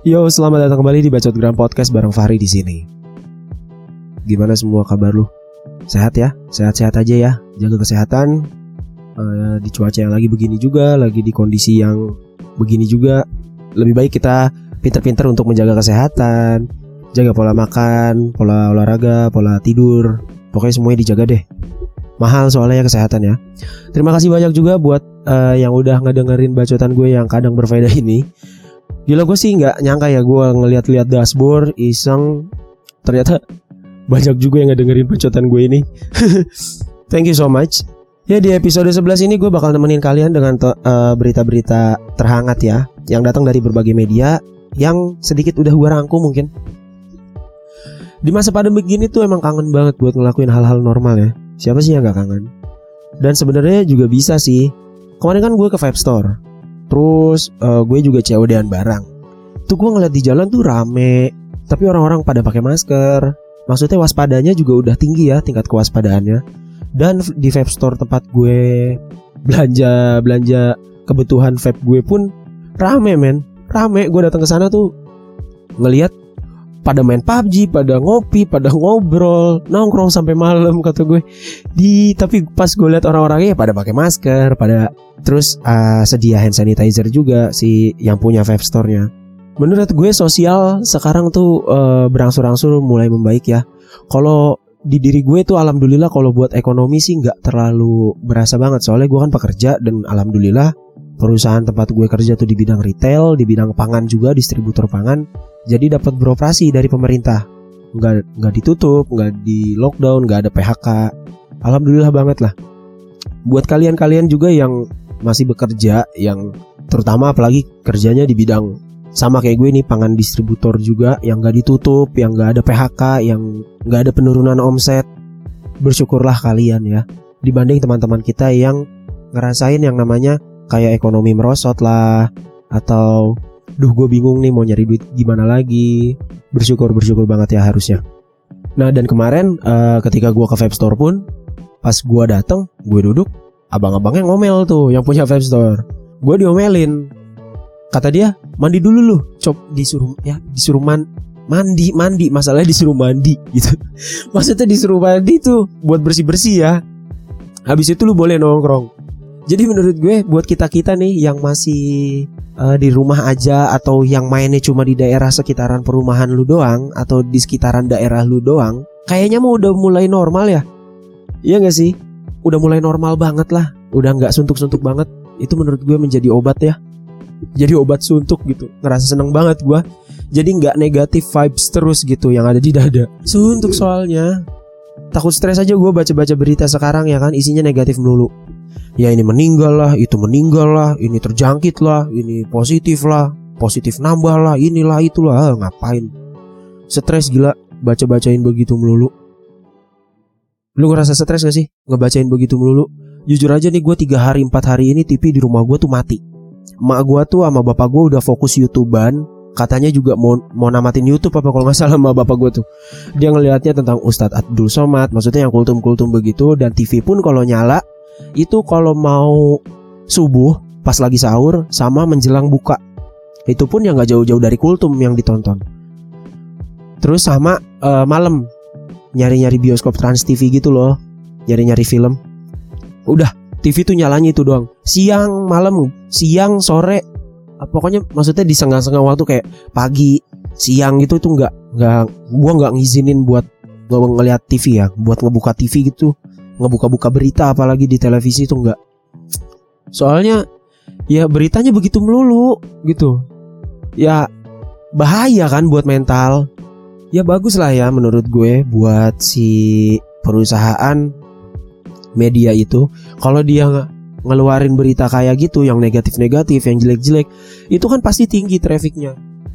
Yo, selamat datang kembali di Bacotgram Podcast bareng Fahri di sini. Gimana semua kabar lu? Sehat ya? Sehat-sehat aja ya. Jaga kesehatan. Di cuaca yang lagi begini juga, lagi di kondisi yang begini juga, lebih baik kita pinter-pinter untuk menjaga kesehatan, jaga pola makan, pola olahraga, pola tidur. Pokoknya semuanya dijaga deh. Mahal soalnya kesehatan ya. Terima kasih banyak juga buat yang udah ngedengerin bacotan gue yang kadang berfaedah ini. Gila, gue sih gak nyangka ya, gue ngeliat-liat dashboard iseng, ternyata banyak juga yang ngedengerin bacotan gue ini. Thank you so much. Ya, di episode 11 ini gue bakal nemenin kalian dengan berita-berita terhangat ya, yang datang dari berbagai media, yang sedikit udah gue rangkum mungkin. Di masa pandemi begini tuh emang kangen banget buat ngelakuin hal-hal normal ya. Siapa sih yang gak kangen? Dan sebenarnya juga bisa sih. Kemarin kan gue ke Vape Store, terus gue juga COD-an barang. Tuh gue ngeliat di jalan tuh rame, tapi orang-orang pada pakai masker. Maksudnya waspadanya juga udah tinggi ya, tingkat kewaspadaannya. Dan di Vape Store tempat gue belanja kebutuhan vape gue pun rame men. Rame, gue datang ke sana tuh ngelihat pada main PUBG, pada ngopi, pada ngobrol, nongkrong sampai malam kata gue. Tapi pas gue lihat orang-orangnya ya pada pakai masker, pada terus sedia hand sanitizer juga si yang punya Vape Store-nya. Menurut gue sosial sekarang tuh berangsur-angsur mulai membaik ya. Kalau di diri gue tuh alhamdulillah kalau buat ekonomi sih nggak terlalu berasa banget. Soalnya gue kan pekerja dan alhamdulillah perusahaan tempat gue kerja tuh di bidang retail, di bidang pangan juga, distributor pangan. Jadi dapat beroperasi dari pemerintah, nggak ditutup, nggak di lockdown, nggak ada PHK. Alhamdulillah banget lah. Buat kalian juga yang masih bekerja, yang terutama apalagi kerjanya di bidang sama kayak gue nih, pangan distributor juga, yang gak ditutup, yang gak ada PHK, yang gak ada penurunan omset, bersyukurlah kalian ya, dibanding teman-teman kita yang ngerasain yang namanya kayak ekonomi merosot lah, atau duh gue bingung nih mau nyari duit gimana lagi. Bersyukur banget ya harusnya. Nah, dan kemarin ketika gue ke Vape Store pun, pas gue datang, gue duduk, abang-abangnya ngomel tuh yang punya Vape Store. Gue diomelin. Kata dia, mandi dulu lu. Disuruh mandi. Masalahnya disuruh mandi gitu. Maksudnya disuruh mandi tuh buat bersih-bersih ya. Habis itu lu boleh nongkrong. Jadi menurut gue buat kita-kita nih yang masih di rumah aja, atau yang mainnya cuma di daerah sekitaran perumahan lu doang, atau di sekitaran daerah lu doang, kayaknya mah udah mulai normal ya. Iya gak sih? Udah mulai normal banget lah. Udah gak suntuk-suntuk banget. Itu menurut gue menjadi obat ya. Jadi obat suntuk gitu. Ngerasa seneng banget gue. Jadi gak negatif vibes terus gitu yang ada di dada. Suntuk soalnya. Takut stres aja gue baca-baca berita sekarang ya kan, isinya negatif melulu. Ya ini meninggal lah, itu meninggal lah, ini terjangkit lah, ini positif lah, positif nambah lah, inilah itulah. Ngapain stres gila baca-bacain begitu melulu. Lu ngerasa stres gak sih ngebacain begitu melulu? Jujur aja nih, gue 3 hari 4 hari ini TV di rumah gue tuh mati. Mak gue tuh sama bapak gue udah fokus YouTubean. Katanya juga mau namatin YouTube apa kalau gak salah sama bapak gue tuh. Dia ngelihatnya tentang Ustadz Abdul Somad, maksudnya yang kultum-kultum begitu. Dan TV pun kalau nyala itu kalau mau subuh pas lagi sahur sama menjelang buka. Itu pun yang gak jauh-jauh dari kultum yang ditonton. Terus sama malam nyari-nyari bioskop Trans TV gitu loh, nyari-nyari film. Udah TV tuh nyalanya itu doang. Siang, malam, siang, sore, pokoknya maksudnya di senggang-senggang waktu kayak pagi, siang gitu tuh gua nggak ngizinin buat ngeliat TV ya, buat ngebuka TV gitu, ngebuka-buka berita apalagi di televisi tuh nggak. Soalnya ya beritanya begitu melulu gitu. Ya bahaya kan buat mental. Ya bagus lah ya menurut gue buat si perusahaan media itu, kalau dia ngeluarin berita kayak gitu yang negatif-negatif, yang jelek-jelek, itu kan pasti tinggi trafficnya.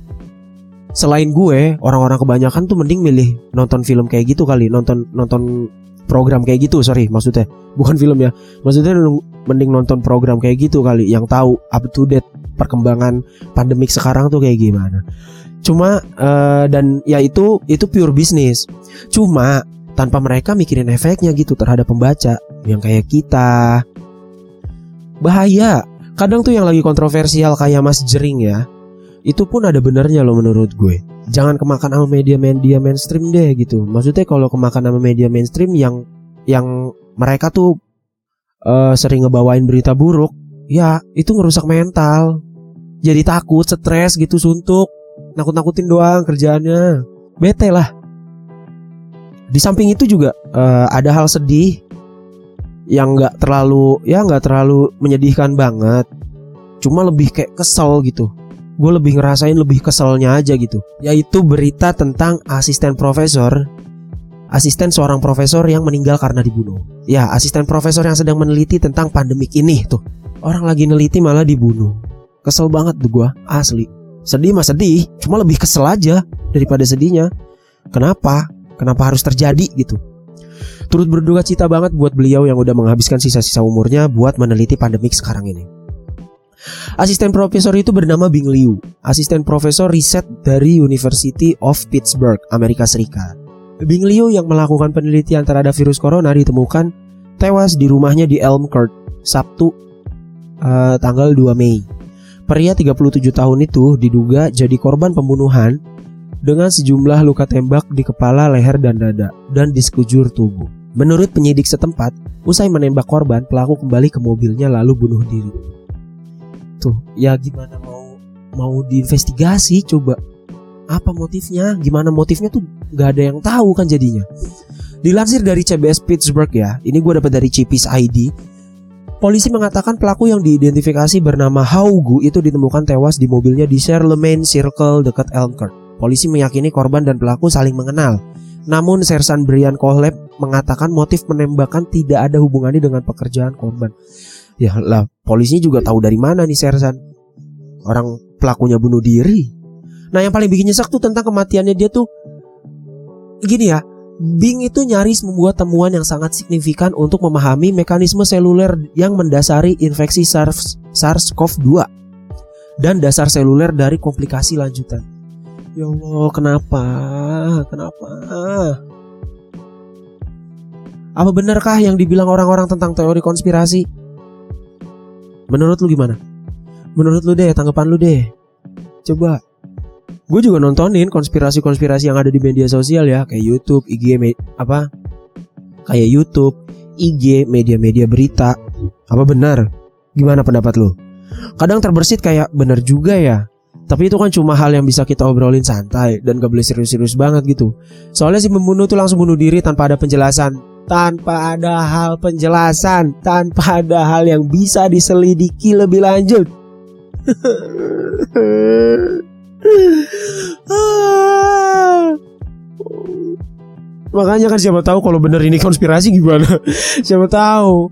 Selain gue, orang-orang kebanyakan tuh mending milih nonton film kayak gitu kali, nonton program kayak gitu, maksudnya bukan film ya, maksudnya mending nonton program kayak gitu kali, yang tahu up to date perkembangan pandemik sekarang tuh kayak gimana. Cuma dan ya itu pure bisnis. Cuma tanpa mereka mikirin efeknya gitu terhadap pembaca yang kayak kita. Bahaya. Kadang tuh yang lagi kontroversial kayak Mas Jering ya, itu pun ada benernya loh menurut gue. Jangan kemakan sama media mainstream deh gitu. Maksudnya kalau kemakan sama media mainstream yang mereka tuh sering ngebawain berita buruk, ya itu ngerusak mental. Jadi takut, stres gitu, suntuk, nakut-nakutin doang kerjaannya. Bete lah. Di samping itu juga ada hal sedih yang nggak terlalu menyedihkan banget. Cuma lebih kayak kesel gitu. Gue lebih ngerasain lebih keselnya aja gitu. Yaitu berita tentang asisten seorang profesor yang meninggal karena dibunuh. Ya, asisten profesor yang sedang meneliti tentang pandemik ini tuh. Orang lagi neliti malah dibunuh. Kesel banget tuh gue, asli. Sedih mah sedih, cuma lebih kesel aja daripada sedihnya. Kenapa harus terjadi gitu. Turut berduka cita banget buat beliau yang udah menghabiskan sisa-sisa umurnya buat meneliti pandemik sekarang ini. Asisten profesor itu bernama Bing Liu, asisten profesor riset dari University of Pittsburgh, Amerika Serikat. Bing Liu yang melakukan penelitian terhadap virus corona ditemukan tewas di rumahnya di Elm Court, Sabtu tanggal 2 Mei. Pria 37 tahun itu diduga jadi korban pembunuhan dengan sejumlah luka tembak di kepala, leher, dan dada, dan di sekujur tubuh. Menurut penyidik setempat, usai menembak korban, pelaku kembali ke mobilnya lalu bunuh diri. Tuh, ya gimana mau diinvestigasi coba. Apa motifnya? Gimana motifnya tuh gak ada yang tahu kan jadinya. Dilansir dari CBS Pittsburgh ya, ini gue dapat dari Cipis ID. Polisi mengatakan pelaku yang diidentifikasi bernama Hao Gu itu ditemukan tewas di mobilnya di Charlemagne Circle dekat Elm Court. Polisi meyakini korban dan pelaku saling mengenal. Namun Sersan Brian Kohleb mengatakan motif penembakan tidak ada hubungannya dengan pekerjaan korban. Ya lah, polisinya juga tahu dari mana nih Sersan. Orang pelakunya bunuh diri. Nah, yang paling bikin nyesek tuh tentang kematiannya dia tuh gini ya. Bing itu nyaris membuat temuan yang sangat signifikan untuk memahami mekanisme seluler yang mendasari infeksi SARS-CoV-2 dan dasar seluler dari komplikasi lanjutan. Ya Allah, kenapa? Apa benarkah yang dibilang orang-orang tentang teori konspirasi? Menurut lu gimana? Menurut lu deh, tanggapan lu deh. Coba. Gue juga nontonin konspirasi-konspirasi yang ada di media sosial ya, kayak YouTube, IG, kayak YouTube, IG, media-media berita. Apa benar? Gimana pendapat lu? Kadang terbersit kayak benar juga ya. Tapi itu kan cuma hal yang bisa kita obrolin santai dan gak boleh serius-serius banget gitu. Soalnya si pembunuh tuh langsung bunuh diri tanpa ada penjelasan. Tanpa ada hal yang bisa diselidiki lebih lanjut. Makanya kan siapa tahu kalau bener ini konspirasi gimana. Siapa tahu.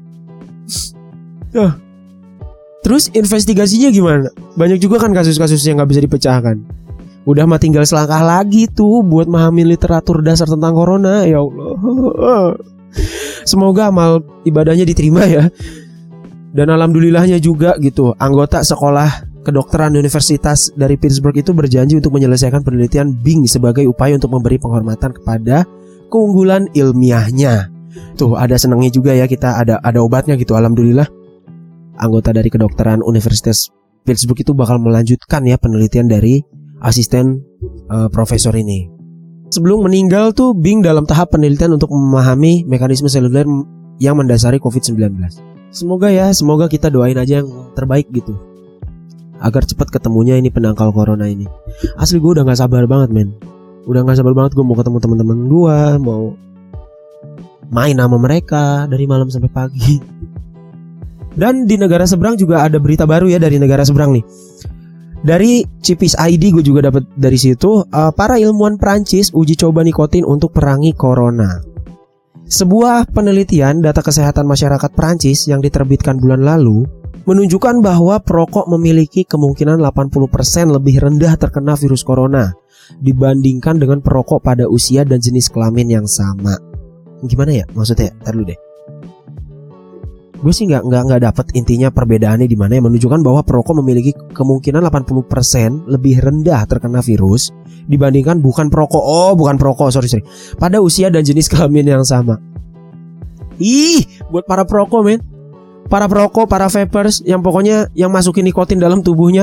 Terus investigasinya gimana? Banyak juga kan kasus-kasus yang gak bisa dipecahkan. Udah mah tinggal selangkah lagi tuh buat memahami literatur dasar tentang corona. Ya Allah. Semoga amal ibadahnya diterima ya. Dan alhamdulillahnya juga gitu, anggota sekolah kedokteran Universitas dari Pittsburgh itu berjanji untuk menyelesaikan penelitian Bing sebagai upaya untuk memberi penghormatan kepada keunggulan ilmiahnya. Tuh ada senangnya juga ya, kita ada obatnya gitu, alhamdulillah. Anggota dari kedokteran Universitas Pittsburgh itu bakal melanjutkan ya penelitian dari asisten profesor ini. Sebelum meninggal tuh Bing dalam tahap penelitian untuk memahami mekanisme seluler yang mendasari COVID-19. Semoga kita doain aja yang terbaik gitu, agar cepat ketemunya ini penangkal corona ini. Asli gue udah gak sabar banget men. Udah gak sabar banget gue mau ketemu teman-teman gue, mau main sama mereka dari malam sampai pagi. Dan di negara seberang juga ada berita baru ya dari negara seberang nih. Dari Cipis ID gue juga dapat dari situ, para ilmuwan Prancis uji coba nikotin untuk perangi corona. Sebuah penelitian data kesehatan masyarakat Prancis yang diterbitkan bulan lalu menunjukkan bahwa perokok memiliki kemungkinan 80% lebih rendah terkena virus corona dibandingkan dengan perokok pada usia dan jenis kelamin yang sama. Gimana ya maksudnya? Ntar dulu deh. Gue sih nggak dapat intinya perbedaannya di mana, yang menunjukkan bahwa perokok memiliki kemungkinan 80% lebih rendah terkena virus dibandingkan bukan perokok, sorry. Pada usia dan jenis kelamin yang sama. Buat para perokok men. Para perokok, para vapers yang pokoknya yang masukin nikotin dalam tubuhnya.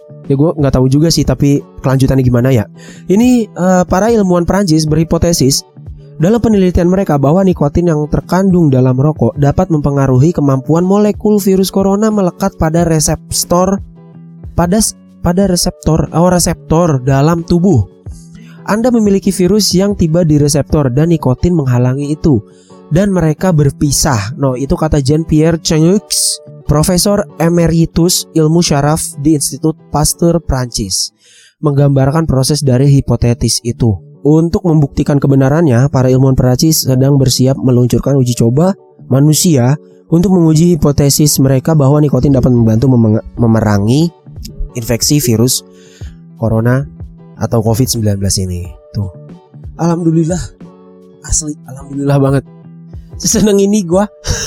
Ya gue nggak tahu juga sih, tapi kelanjutannya gimana ya. Ini para ilmuwan Prancis berhipotesis dalam penelitian mereka bahwa nikotin yang terkandung dalam rokok dapat mempengaruhi kemampuan molekul virus corona melekat pada reseptor reseptor dalam tubuh. Anda memiliki virus yang tiba di reseptor dan nikotin menghalangi itu, dan mereka berpisah. No, itu kata Jean-Pierre Changeux, Profesor Emeritus Ilmu Syaraf di Institut Pasteur Prancis, menggambarkan proses dari hipotesis itu. Untuk membuktikan kebenarannya, para ilmuwan Prancis sedang bersiap meluncurkan uji coba manusia untuk menguji hipotesis mereka bahwa nikotin dapat membantu memerangi infeksi virus corona atau COVID-19 ini. Tuh, alhamdulillah, asli alhamdulillah banget. Seseneng ini gua.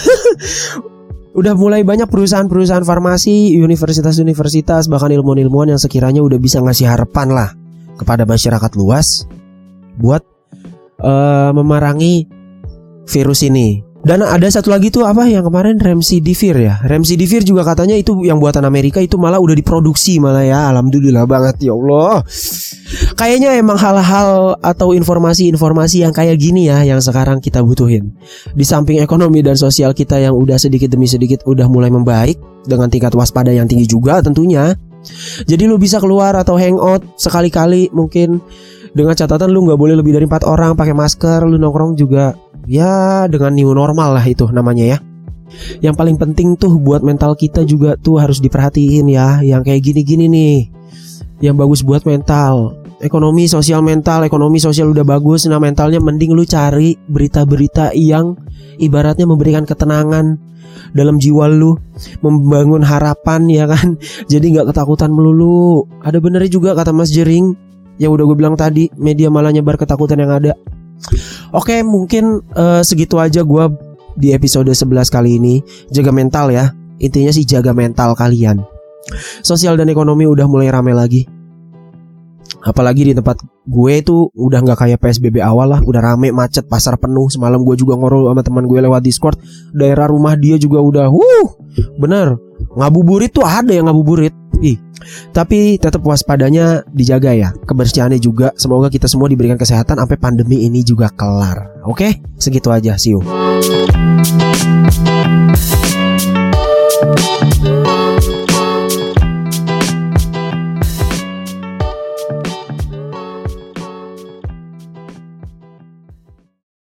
Udah mulai banyak perusahaan-perusahaan farmasi, universitas-universitas, bahkan ilmuwan-ilmuwan yang sekiranya udah bisa ngasih harapan lah kepada masyarakat luas buat memerangi virus ini. Dan ada satu lagi tuh apa yang kemarin Remdesivir ya. Remdesivir juga katanya itu yang buatan Amerika, itu malah udah diproduksi malah ya. Alhamdulillah banget ya Allah. Kayaknya emang hal-hal atau informasi-informasi yang kayak gini ya yang sekarang kita butuhin. Di samping ekonomi dan sosial kita yang udah sedikit demi sedikit udah mulai membaik dengan tingkat waspada yang tinggi juga tentunya. Jadi lu bisa keluar atau hangout sekali-kali mungkin, dengan catatan lu gak boleh lebih dari 4 orang, pakai masker, lu nongkrong juga ya dengan new normal lah itu namanya ya. Yang paling penting tuh buat mental kita juga tuh harus diperhatiin ya. Yang kayak gini-gini nih, yang bagus buat mental. Ekonomi sosial udah bagus. Nah mentalnya mending lu cari berita-berita yang ibaratnya memberikan ketenangan dalam jiwa lu, membangun harapan ya kan. Jadi gak ketakutan melulu. Ada benernya juga kata Mas Jering yang udah gue bilang tadi, media malah nyebar ketakutan yang ada. Oke, mungkin segitu aja gue di episode 11 kali ini. Jaga mental ya. Intinya sih jaga mental kalian. Sosial dan ekonomi udah mulai rame lagi. Apalagi di tempat gue itu udah gak kayak PSBB awal lah. Udah rame, macet, pasar penuh. Semalam gue juga ngobrol sama teman gue lewat Discord. Daerah rumah dia juga udah bener, ngabuburit tuh ada yang ngabuburit. Tapi tetap waspadanya dijaga ya, kebersihannya juga. Semoga kita semua diberikan kesehatan sampai pandemi ini juga kelar. Oke, segitu aja, see you.